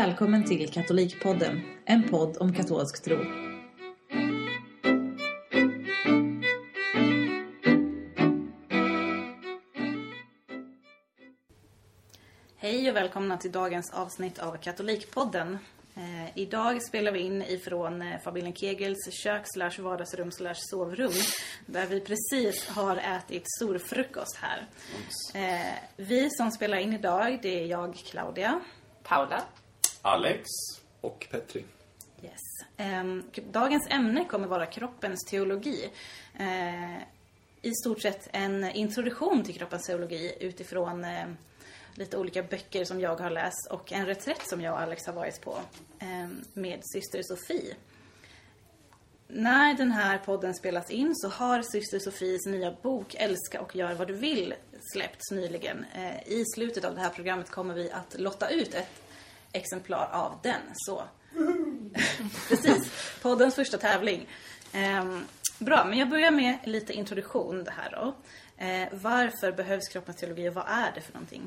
Välkommen till Katolikpodden, en podd om katolsk tro. Hej och välkomna till dagens avsnitt av Katolikpodden. Idag spelar vi in ifrån familjen Kegels kök / vardagsrum / sovrum. Där vi precis har ätit stor frukost här. Vi som spelar in idag, det är jag, Claudia, Paula, Alex och Petri. Yes. Dagens ämne kommer vara kroppens teologi. I stort sett en introduktion till kroppens teologi utifrån lite olika böcker som jag har läst och en reträtt som jag och Alex har varit på med syster Sofie. När den här podden spelas in så har syster Sofies nya bok Älska och gör vad du vill släppts nyligen. I slutet av det här programmet kommer vi att lotta ut ett exemplar av den. Så precis, poddens första tävling. Bra, men jag börjar med lite introduktion det här då. Varför behövs kroppens teologi och vad är det för någonting?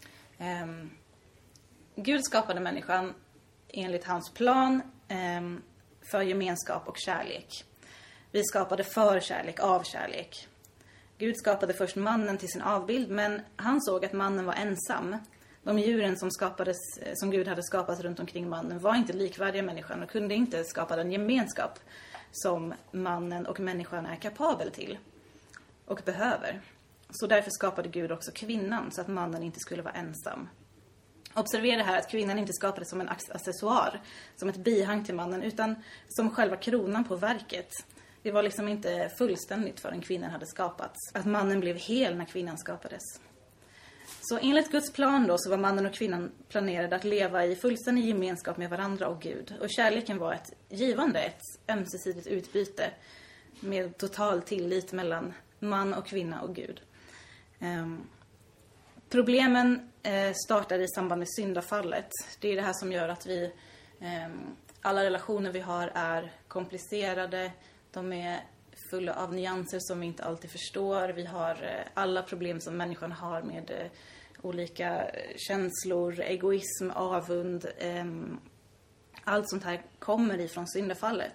Gud skapade människan enligt hans plan för gemenskap och kärlek. Vi skapade för kärlek, av kärlek. Gud skapade först mannen till sin avbild, men han såg att mannen var ensam. De djuren som Gud hade skapat runt omkring mannen var inte likvärdiga människan och kunde inte skapa den gemenskap som mannen och människan är kapabel till och behöver. Så därför skapade Gud också kvinnan så att mannen inte skulle vara ensam. Observera här att kvinnan inte skapades som en accessoar, som ett bihang till mannen, utan som själva kronan på verket. Det var liksom inte fullständigt förrän kvinnan hade skapats. Att mannen blev hel när kvinnan skapades. Så enligt Guds plan då så var mannen och kvinnan planerade att leva i fullständig gemenskap med varandra och Gud. Och kärleken var ett ömsesidigt utbyte med total tillit mellan man och kvinna och Gud. Problemen startar i samband med syndafallet. Det är det här som gör att alla relationer vi har är komplicerade. De är fulla av nyanser som vi inte alltid förstår. Vi har alla problem som människan har med olika känslor, egoism, avund. Allt sånt här kommer ifrån syndafallet.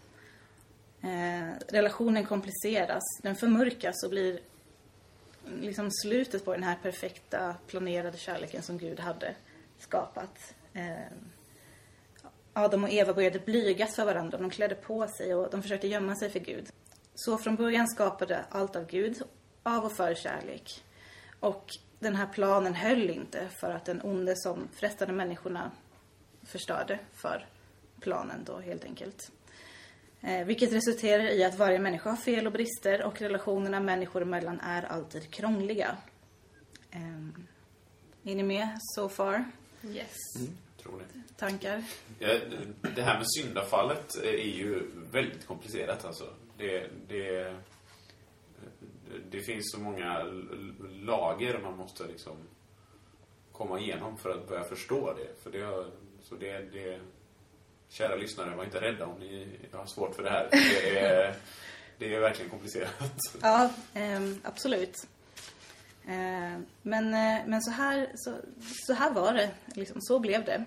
Relationen kompliceras, den förmörkas och blir liksom slutet på den här perfekta planerade kärleken som Gud hade skapat. Adam och Eva började blygas för varandra. De klädde på sig och de försökte gömma sig för Gud. Så från början skapade allt av Gud, av och för kärlek. Och den här planen höll inte för att den onde som frestade människorna förstörde för planen då helt enkelt. Vilket resulterar i att varje människa har fel och brister och relationerna människor emellan är alltid krångliga. Är ni med so far? yes. Tror det. Tankar? Det här med syndafallet är ju väldigt komplicerat alltså. Det finns så många lager man måste liksom komma igenom för att börja förstå det. För kära lyssnare, var inte rädda om ni har svårt för det här. Det är verkligen komplicerat. Ja, absolut. Men så här var det. Liksom, så blev det.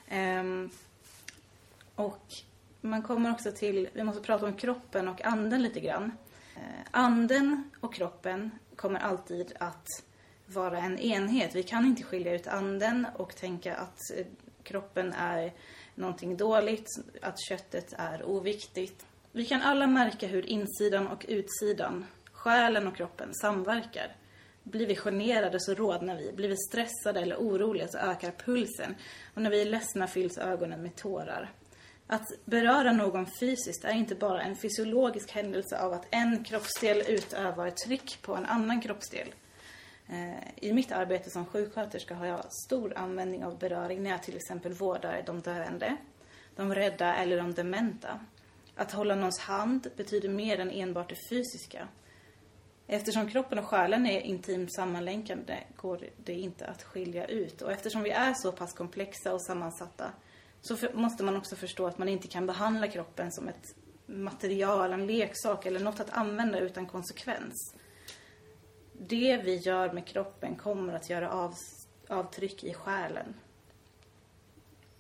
Och man kommer också till, vi måste prata om kroppen och anden lite grann. Anden och kroppen kommer alltid att vara en enhet. Vi kan inte skilja ut anden och tänka att kroppen är någonting dåligt, att köttet är oviktigt. Vi kan alla märka hur insidan och utsidan, själen och kroppen samverkar. Blir vi generade så rodnar vi. Blir vi stressade eller oroliga så ökar pulsen. Och när vi är ledsna fylls ögonen med tårar. Att beröra någon fysiskt är inte bara en fysiologisk händelse av att en kroppsdel utövar tryck på en annan kroppsdel. I mitt arbete som sjuksköterska har jag stor användning av beröring när jag till exempel vårdar de döende, de rädda eller de dementa. Att hålla någons hand betyder mer än enbart det fysiska. Eftersom kroppen och själen är intimt sammanlänkande går det inte att skilja ut. Och eftersom vi är så pass komplexa och sammansatta så måste man också förstå att man inte kan behandla kroppen som ett material, en leksak eller något att använda utan konsekvens. Det vi gör med kroppen kommer att göra avtryck i själen.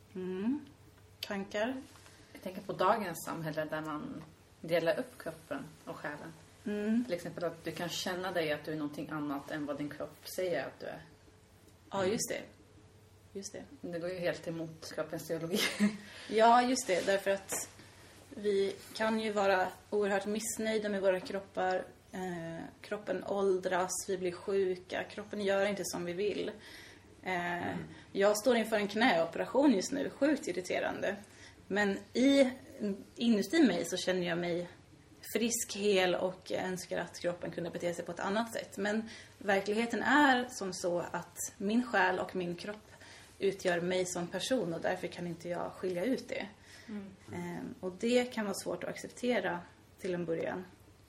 Tankar? Jag tänker på dagens samhälle där man delar upp kroppen och själen. Till exempel att du kan känna dig att du är någonting annat än vad din kropp säger att du är. Ja, just det. Det går ju helt emot kroppens teologi. Ja, just det. Därför att vi kan ju vara oerhört missnöjda med våra kroppar. Kroppen åldras, vi blir sjuka. Kroppen gör inte som vi vill. Jag står inför en knäoperation just nu. Sjukt irriterande. Men inuti mig så känner jag mig frisk, hel och önskar att kroppen kunde bete sig på ett annat sätt. Men verkligheten är som så att min själ och min kropp utgör mig som person och därför kan inte jag skilja ut det. Och det kan vara svårt att acceptera till en början.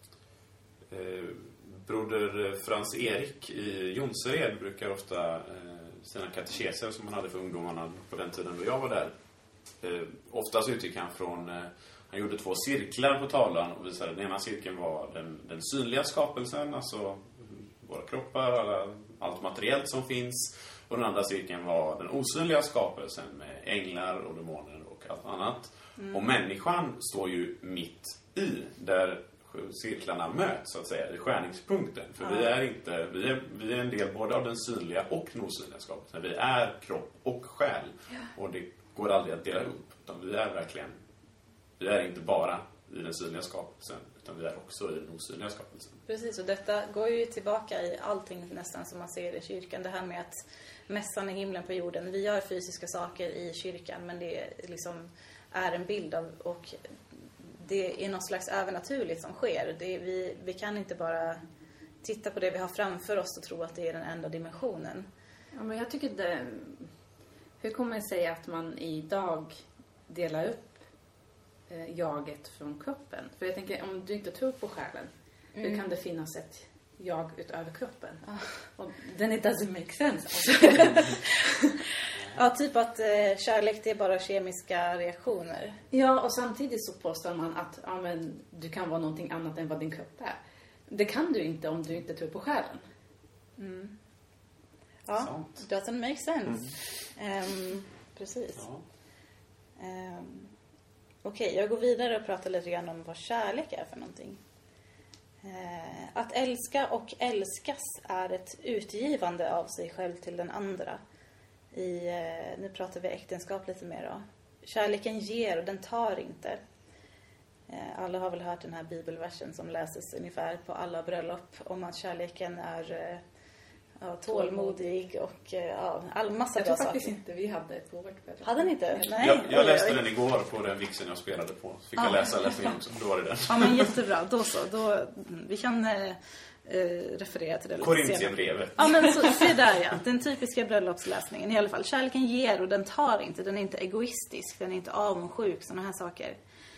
Broder Frans Erik i Jonsered brukar ofta sina katekeser som han hade för ungdomarna på den tiden då jag var där. Oftast utgick han från... Han gjorde 2 cirklar på tavlan och visade den ena cirkeln var den synliga skapelsen, alltså våra kroppar, allt materiellt som finns. Och den andra cirkeln var den osynliga skapelsen med änglar och demoner och allt annat. Och människan står ju mitt i där cirklarna möts, så att säga, i skärningspunkten. För vi är en del både av den synliga och den osynliga skapelsen. Vi är kropp och själ. Och det går aldrig att dela upp. Utan vi är inte bara i den synliga skapelsen, utan vi är också i den osynliga skapelsen. Precis, och detta går ju tillbaka i allting nästan som man ser i kyrkan. Det här med att mässan är himlen på jorden. Vi gör fysiska saker i kyrkan, men det liksom är en bild av, och det är något slags övernaturligt som sker. Vi kan inte bara titta på det vi har framför oss och tro att det är den enda dimensionen. Ja, men jag tycker hur kommer det sig att man idag delar upp jaget från kroppen? För jag tänker, om du inte tror på själen, hur kan det finnas ett jag utöver kroppen? Och then it doesn't make sense. Alltså. Ja, typ att kärlek det är bara kemiska reaktioner. Ja, och samtidigt så påstår man att du kan vara någonting annat än vad din kropp är. Det kan du inte om du inte tror på själen. Ja, doesn't make sense. Precis. Ja. Okej, jag går vidare och pratar lite grann om vad kärlek är för någonting. Att älska och älskas är ett utgivande av sig själv till den andra. Nu pratar vi äktenskap lite mer då. Kärleken ger och den tar inte. Alla har väl hört den här bibelversen som läses ungefär på alla bröllop om att kärleken är tålmodig och all massa bra saker. Jag tror faktiskt inte vi hade ett bröllop. Hade ni inte? Nej. Jag läste den igår på den vixen jag spelade på. Fick jag läsa igen, så då var det den. Ja, men jättebra. Då vi kan referera till det lite Korintierbrevet. Ja, men så, se där ja. Den typiska bröllopsläsningen i alla fall. Kärleken ger och den tar inte. Den är inte egoistisk. Den är inte avundsjuk. Sådana här saker.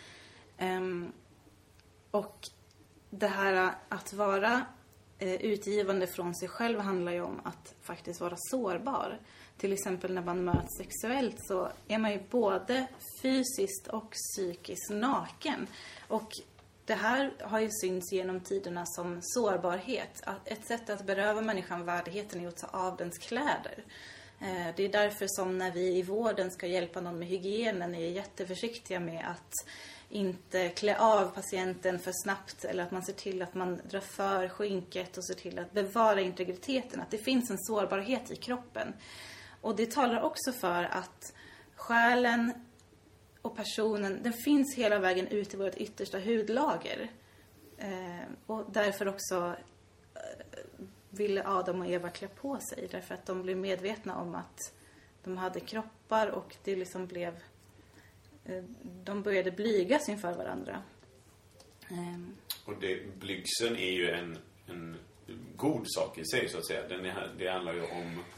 Och det här att vara utgivande från sig själv handlar ju om att faktiskt vara sårbar. Till exempel när man möts sexuellt så är man ju både fysiskt och psykiskt naken. Och det här har ju synts genom tiderna som sårbarhet. Ett sätt att beröva människan värdigheten är att ta av dens kläder. Det är därför som när vi i vården ska hjälpa någon med hygienen är jätteförsiktiga med att inte klä av patienten för snabbt eller att man ser till att man drar för skynket och ser till att bevara integriteten. Att det finns en sårbarhet i kroppen. Och det talar också för att själen och personen, den finns hela vägen ut i vårt yttersta hudlager. Och därför också ville Adam och Eva klä på sig. Därför att de blev medvetna om att de hade kroppar och det liksom blev... De började blygas inför varandra. Och blygseln är ju en god sak i sig, så att säga. Det handlar ju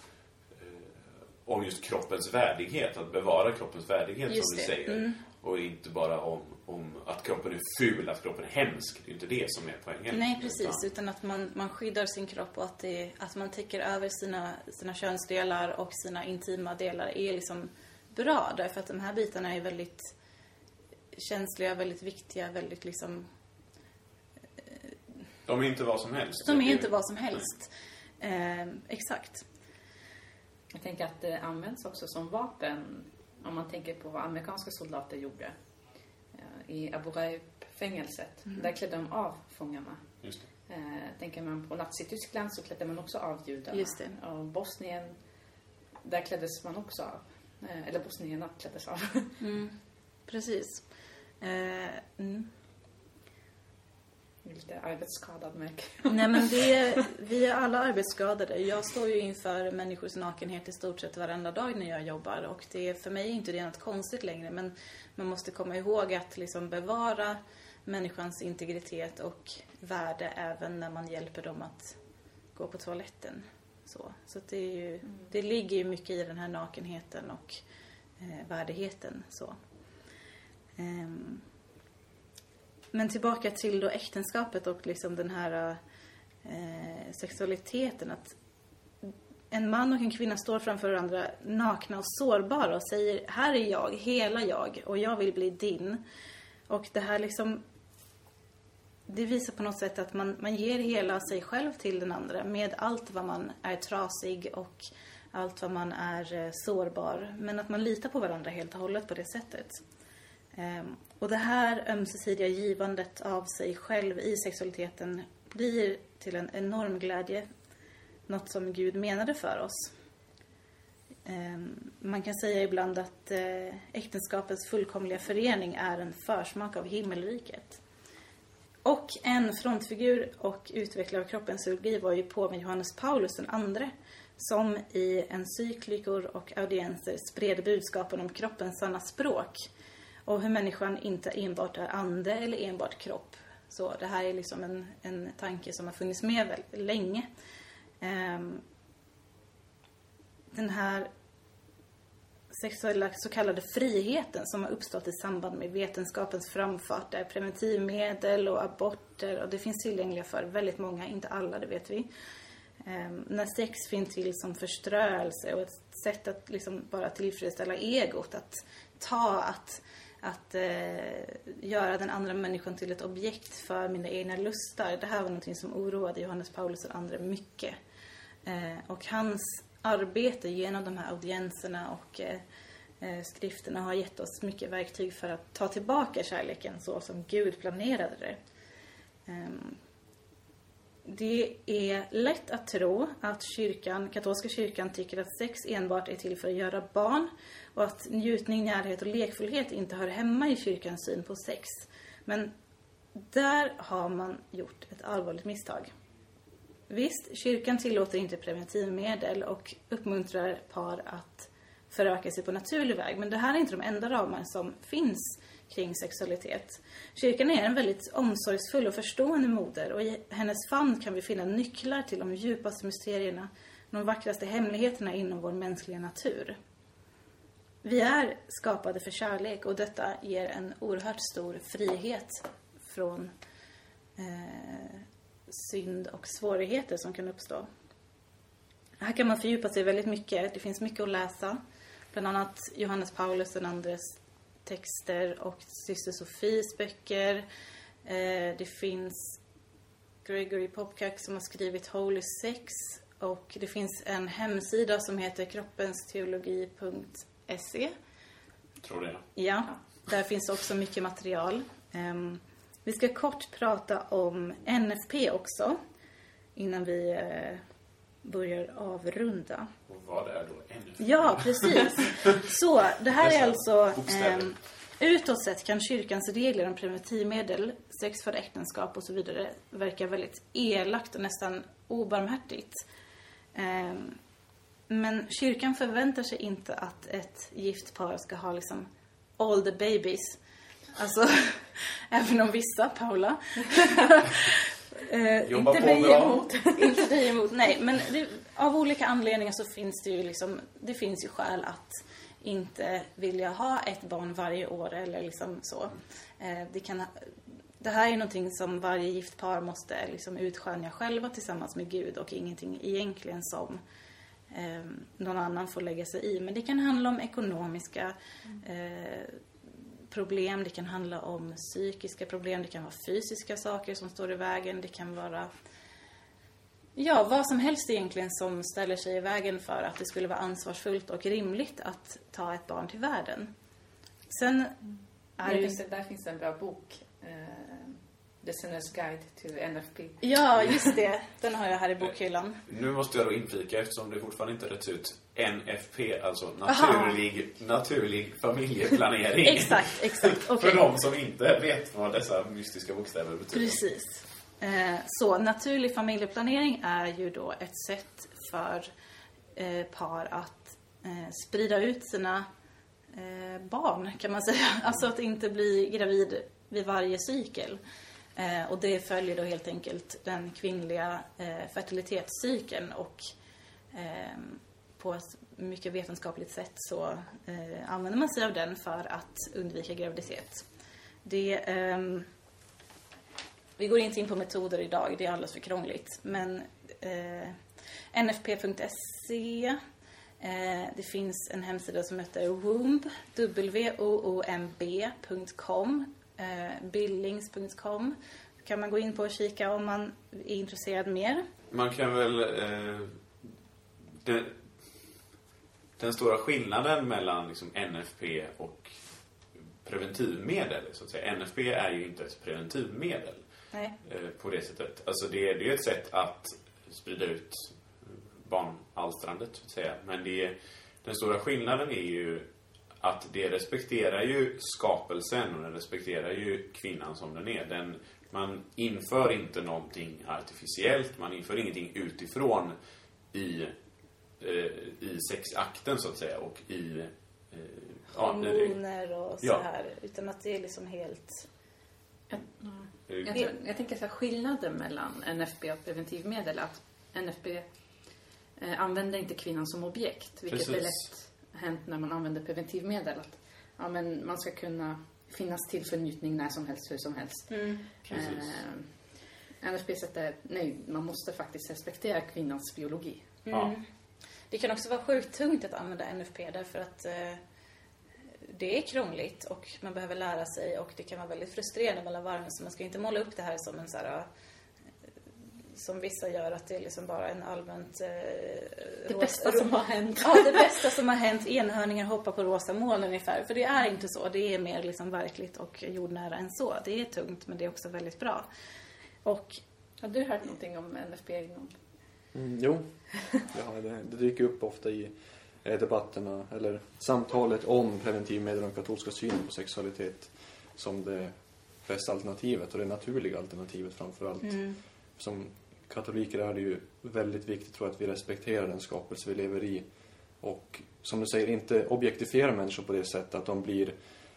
om just kroppens värdighet. Att bevara kroppens värdighet, just som du säger. Och inte bara om att kroppen är ful, att kroppen är hemsk. Det är inte det som är poängen. Nej, precis. Utan att man skyddar sin kropp och att man täcker över sina könsdelar och sina intima delar är liksom bra. Därför att de här bitarna är väldigt känsliga, väldigt viktiga, väldigt liksom... De är inte vad som helst. De är inte vad som helst. Exakt. Jag tänker att det används också som vapen om man tänker på vad amerikanska soldater gjorde i Abu Ghraib-fängelset. Där klädde de av fångarna. Just det. Tänker man på Nazi-Tyskland så klädde man också av judarna. Just det. Och Bosnien, där kläddes man också av. Eller bosnierna kläddes av. Precis. Lite arbetsskadad märk. Nej, men vi är alla arbetsskadade. Jag står ju inför människors nakenhet i stort sett varenda dag när jag jobbar. Och det är för mig inte det något konstigt längre. Men man måste komma ihåg att liksom bevara människans integritet och värde även när man hjälper dem att gå på toaletten. Så det är ju, det ligger ju mycket i den här nakenheten och värdigheten. Så. Men tillbaka till då äktenskapet och liksom den här sexualiteten. Att en man och en kvinna står framför varandra nakna och sårbara och säger: här är jag, hela jag, och jag vill bli din. Och det här liksom, det visar på något sätt att man ger hela sig själv till den andra med allt vad man är trasig och allt vad man är sårbar. Men att man litar på varandra helt och hållet på det sättet. Och det här ömsesidiga givandet av sig själv i sexualiteten blir till en enorm glädje. Något som Gud menade för oss. Man kan säga ibland att äktenskapets fullkomliga förening är en försmak av himmelriket. Och en frontfigur och utvecklare av kroppens teologi var ju påven Johannes Paulus den andre, som i encyklikor och audienser spred budskapen om kroppens sanna språk och hur människan inte enbart är ande eller enbart kropp. Så det här är liksom en tanke som har funnits med väldigt länge. Den här sexuella så kallade friheten som har uppstått i samband med vetenskapens framfart, där preventivmedel och aborter, och det finns tillgängliga för väldigt många, inte alla, det vet vi. När sex finns till som förströelse och ett sätt att liksom bara tillfredsställa egot, att göra den andra människan till ett objekt för mina egna lustar. Det här var någonting som oroade Johannes Paulus den andre mycket. Och hans arbete genom de här audienserna och skrifterna har gett oss mycket verktyg för att ta tillbaka kärleken så som Gud planerade det. Det är lätt att tro att katolska kyrkan tycker att sex enbart är till för att göra barn och att njutning, närhet och lekfullhet inte hör hemma i kyrkans syn på sex. Men där har man gjort ett allvarligt misstag. Visst, kyrkan tillåter inte preventivmedel och uppmuntrar par att föröka sig på naturlig väg. Men det här är inte de enda ramar som finns kring sexualitet. Kyrkan är en väldigt omsorgsfull och förstående moder, och i hennes famn kan vi finna nycklar till de djupaste mysterierna, de vackraste hemligheterna inom vår mänskliga natur. Vi är skapade för kärlek, och detta ger en oerhört stor frihet från synd och svårigheter som kan uppstå. Här kan man fördjupa sig väldigt mycket. Det finns mycket att läsa. Bland annat Johannes Paulus den andres texter och syster Sofies böcker. Det finns Gregory Popcak som har skrivit Holy Sex. Och det finns en hemsida som heter kroppensteologi.se. Tror det. Ja, där finns också mycket material. Vi ska kort prata om NFP också innan vi börjar avrunda. Och vad är då NFP? Ja, precis. Så, det här är alltså utåt sett kan kyrkans regler om preventivmedel, sex för äktenskap och så vidare verka väldigt elakt och nästan obarmhärtigt. Men kyrkan förväntar sig inte att ett gift par ska ha liksom all the babies. Alltså, även om vissa, Paula. Jobba inte på bra. Inte dig emot. Nej, men av olika anledningar så finns det ju liksom, det finns ju skäl att inte vilja ha ett barn varje år eller liksom så. Det här är någonting som varje gift par måste liksom utskönja själva tillsammans med Gud, och ingenting egentligen som någon annan får lägga sig i. Men det kan handla om ekonomiska problem, det kan handla om psykiska problem, det kan vara fysiska saker som står i vägen, det kan vara Ja, vad som helst egentligen som ställer sig i vägen för att det skulle vara ansvarsfullt och rimligt att ta ett barn till världen. Sen är där finns en bra bok. The Sinner's Guide to NFP. Ja, just det. Den har jag här i bokhyllan. Nu måste jag då inflika, eftersom det fortfarande inte rätt ut. NFP, alltså naturlig familjeplanering. Exakt. Okay. För de som inte vet vad dessa mystiska bokstäver betyder. Precis. Så naturlig familjeplanering är ju då ett sätt för par att sprida ut sina barn, kan man säga. Alltså att inte bli gravid vid varje cykel. Och det följer då helt enkelt den kvinnliga fertilitetscykeln, och på ett mycket vetenskapligt sätt så använder man sig av den för att undvika graviditet. Vi går inte in på metoder idag, det är alldeles för krångligt. Men nfp.se, det finns en hemsida som heter Womb, woomb.com, billings.com. Kan man gå in på och kika om man är intresserad mer. Man kan väl... Den stora skillnaden mellan liksom NFP och preventivmedel, så att säga. NFP är ju inte ett preventivmedel. Nej. På det sättet. Alltså det är ett sätt att sprida ut barnalstrandet, så att säga. Men den stora skillnaden är ju att det respekterar ju skapelsen, och den respekterar ju kvinnan som den är. Man inför inte någonting artificiellt, man inför ingenting utifrån i sexakten, så att säga, och i hormoner och så här, utan att det är liksom helt... Jag tänker så här, skillnaden mellan NFP och preventivmedel, att NFP använder inte kvinnan som objekt, vilket är lätt hänt när man använder preventivmedel, att men man ska kunna finnas till för njutning när som helst, hur som helst. NFP sätter, nej, man måste faktiskt respektera kvinnans biologi. Det kan också vara sjukt tungt att använda NFP, därför att det är krångligt och man behöver lära sig, och det kan vara väldigt frustrerande mellan varven, så man ska inte måla upp det här som en så här, som vissa gör, att det är liksom bara en allmänt det bästa som har hänt. Ja, det bästa som har hänt. Enhörningar hoppar på rosa moln ungefär. För det är inte så. Det är mer liksom verkligt och jordnära än så. Det är tungt, men det är också väldigt bra. Och har du hört någonting om NFP innan? Jo, det dyker upp ofta i debatterna eller samtalet om preventivmedel och katolska synen på sexualitet som det bästa alternativet och det naturliga alternativet framförallt. Som katoliker är det ju väldigt viktigt, tror jag, att vi respekterar den skapelse vi lever i, och som du säger, inte objektifiera människor på det sättet att de blir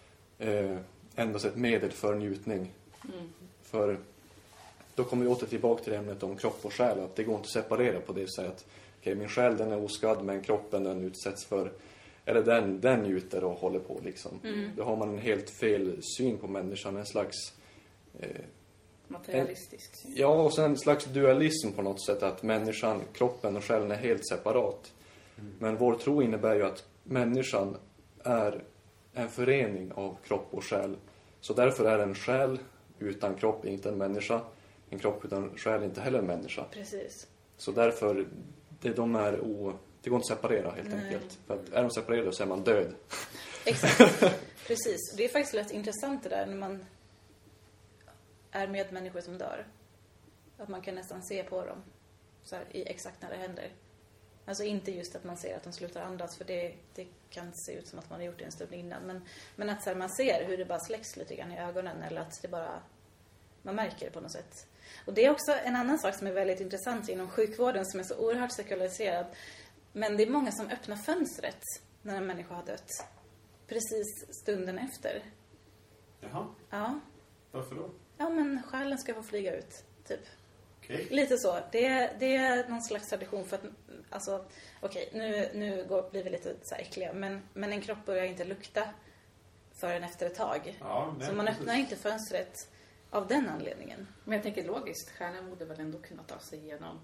endast ett medel för njutning. För då kommer vi åter tillbaka till ämnet om kropp och själ, att det går inte att separera på det sättet. Okej, min själ den är oskadd, men kroppen den utsätts för, eller den njuter och håller på liksom. Då har man en helt fel syn på människan, en slags materialistisk. Ja, och sen en slags dualism på något sätt, att människan, kroppen och själen är helt separat. Men vår tro innebär ju att människan är en förening av kropp och själ. Så därför är en själ utan kropp inte en människa. En kropp utan själ inte heller en människa. Precis. Så därför, det går inte att separera helt enkelt. För att är de separerade så är man död. Exakt, precis. Det är faktiskt rätt intressant det där när man är med människor som dör. Att man kan nästan se på dem så här, i exakt när det händer. Alltså inte just att man ser att de slutar andas, för det kan se ut som att man har gjort det en stund innan. Men att så här, man ser hur det bara släcks lite grann i ögonen, eller att det bara, man märker det på något sätt. Och det är också en annan sak som är väldigt intressant inom sjukvården, som är så oerhört sekulariserad. Men det är många som öppnar fönstret när en människa har dött. Precis stunden efter. Jaha. Ja. Varför då? Ja, men själen ska få flyga ut, typ. Okay. Lite så. Det är någon slags tradition för att, alltså, okej, nu blir vi lite så här äckliga, men en kropp börjar inte lukta förrän efter ett tag. Ja, så man öppnar inte fönstret av den anledningen. Men jag tänker logiskt, stjärnan borde väl ändå kunna ta sig igenom.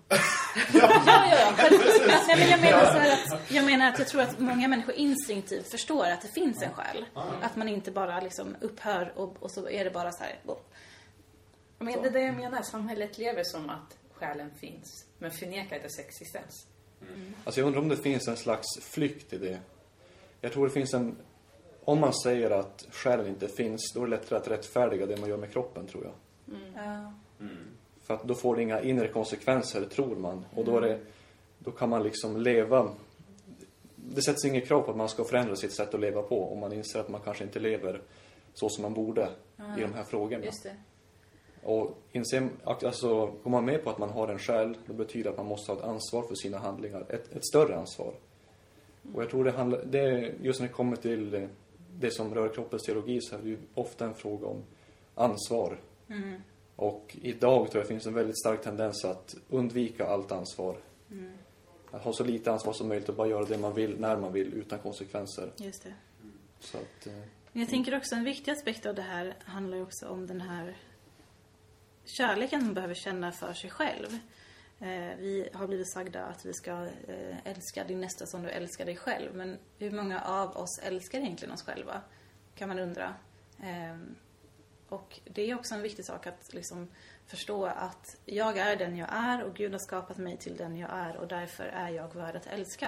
Ja. Nej, men jag menar att jag tror att många människor instinktivt förstår att det finns en själ. Att man inte bara liksom upphör och så är det bara så här. Men det jag menar, samhället lever som att själen finns, men förnekar dess existens. Alltså jag undrar om det finns en slags flykt i det. Jag tror det finns om man säger att själen inte finns, då är det lättare att rättfärdiga det man gör med kroppen, tror jag. För att då får det inga inre konsekvenser, tror man. Och då kan man liksom leva. Det sätts inget krav på att man ska förändra sitt sätt att leva på, om man inser att man kanske inte lever så som man borde i de här frågorna. Just det. Och går man med på att man har en själ, då betyder att man måste ha ett ansvar för sina handlingar. Ett större ansvar. Och jag tror just när det kommer till det som rör kroppens teologi, så är det ju ofta en fråga om ansvar. Och idag tror jag finns en väldigt stark tendens att undvika allt ansvar. Att ha så lite ansvar som möjligt och bara göra det man vill, när man vill, utan konsekvenser. Just det. Så att, Men jag tänker också en viktig aspekt av det här handlar ju också om den här kärleken man behöver känna för sig själv. Vi har blivit sagda att vi ska älska din nästa som du älskar dig själv. Men hur många av oss älskar egentligen oss själva? Kan man undra. Och det är också en viktig sak att liksom förstå att jag är den jag är och Gud har skapat mig till den jag är och därför är jag värd att älska.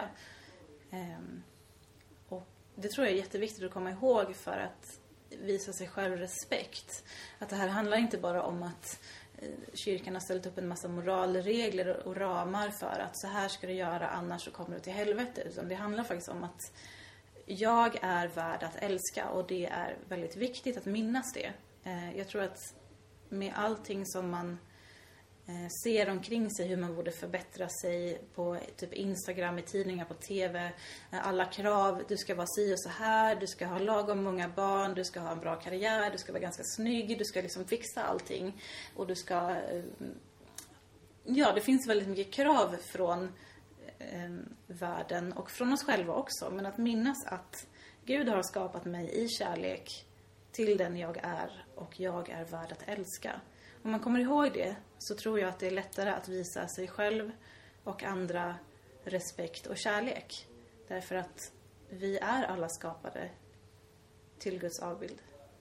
Och det tror jag är jätteviktigt att komma ihåg för att visa sig själv respekt. Att det här handlar inte bara om att kyrkan har ställt upp en massa moralregler och ramar för att så här ska du göra, annars så kommer du till helvete. Utan det handlar faktiskt om att jag är värd att älska och det är väldigt viktigt att minnas det. Jag tror att med allting som man ser omkring sig, hur man borde förbättra sig på typ Instagram, i tidningar, på TV, alla krav, du ska vara si och så här, du ska ha lagom många barn, du ska ha en bra karriär, du ska vara ganska snygg, du ska liksom fixa allting och du ska det finns väldigt mycket krav från världen och från oss själva också, men att minnas att Gud har skapat mig i kärlek till den jag är och jag är värd att älska. Om man kommer ihåg det så tror jag att det är lättare att visa sig själv och andra respekt och kärlek. Därför att vi är alla skapade till Guds avbild.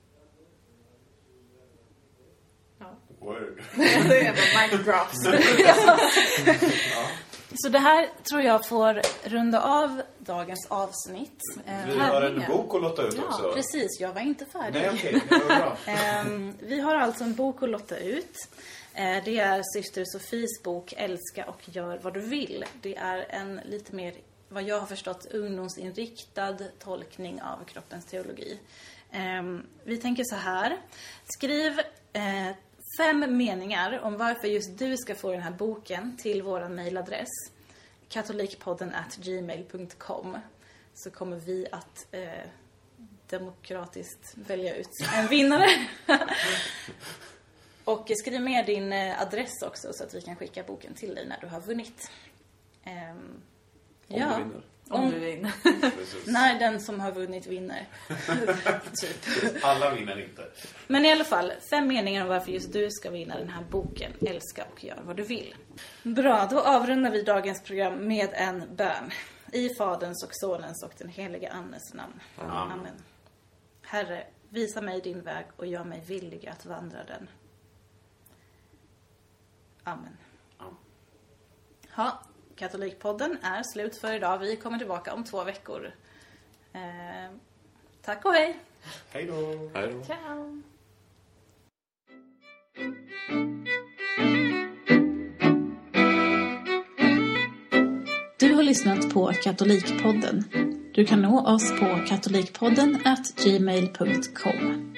Ja. Word. Det var mic drops. Så det här tror jag får runda av dagens avsnitt. Vi har en bok att lotta ut också. Ja, precis. Jag var inte färdig. Nej, okej. Det var bra. Vi har alltså en bok att lotta ut. Det är syster Sofies bok Älska och gör vad du vill. Det är en lite mer, vad jag har förstått, ungdomsinriktad tolkning av kroppens teologi. Vi tänker så här. Skriv 5 meningar om varför just du ska få den här boken till vår mejladress katolikpodden@gmail.com, så kommer vi att demokratiskt välja ut en vinnare. Och skriv med din adress också så att vi kan skicka boken till dig när du har vunnit. Om du vinner. Om du vinner. När den som har vunnit vinner. Typ. Alla vinner inte. Men i alla fall, 5 meningar om varför just du ska vinna den här boken. Älska och gör vad du vill. Bra, då avrundar vi dagens program med en bön. I Faderns och Sonens och den heliga Andes namn. Amen. Herre, visa mig din väg och gör mig villig att vandra den. Amen. Ja, Katolikpodden är slut för idag. Vi kommer tillbaka om 2 veckor. Tack och hej! Hej då! Hej då. Ciao! Du har lyssnat på Katolikpodden. Du kan nå oss på katolikpodden@gmail.com.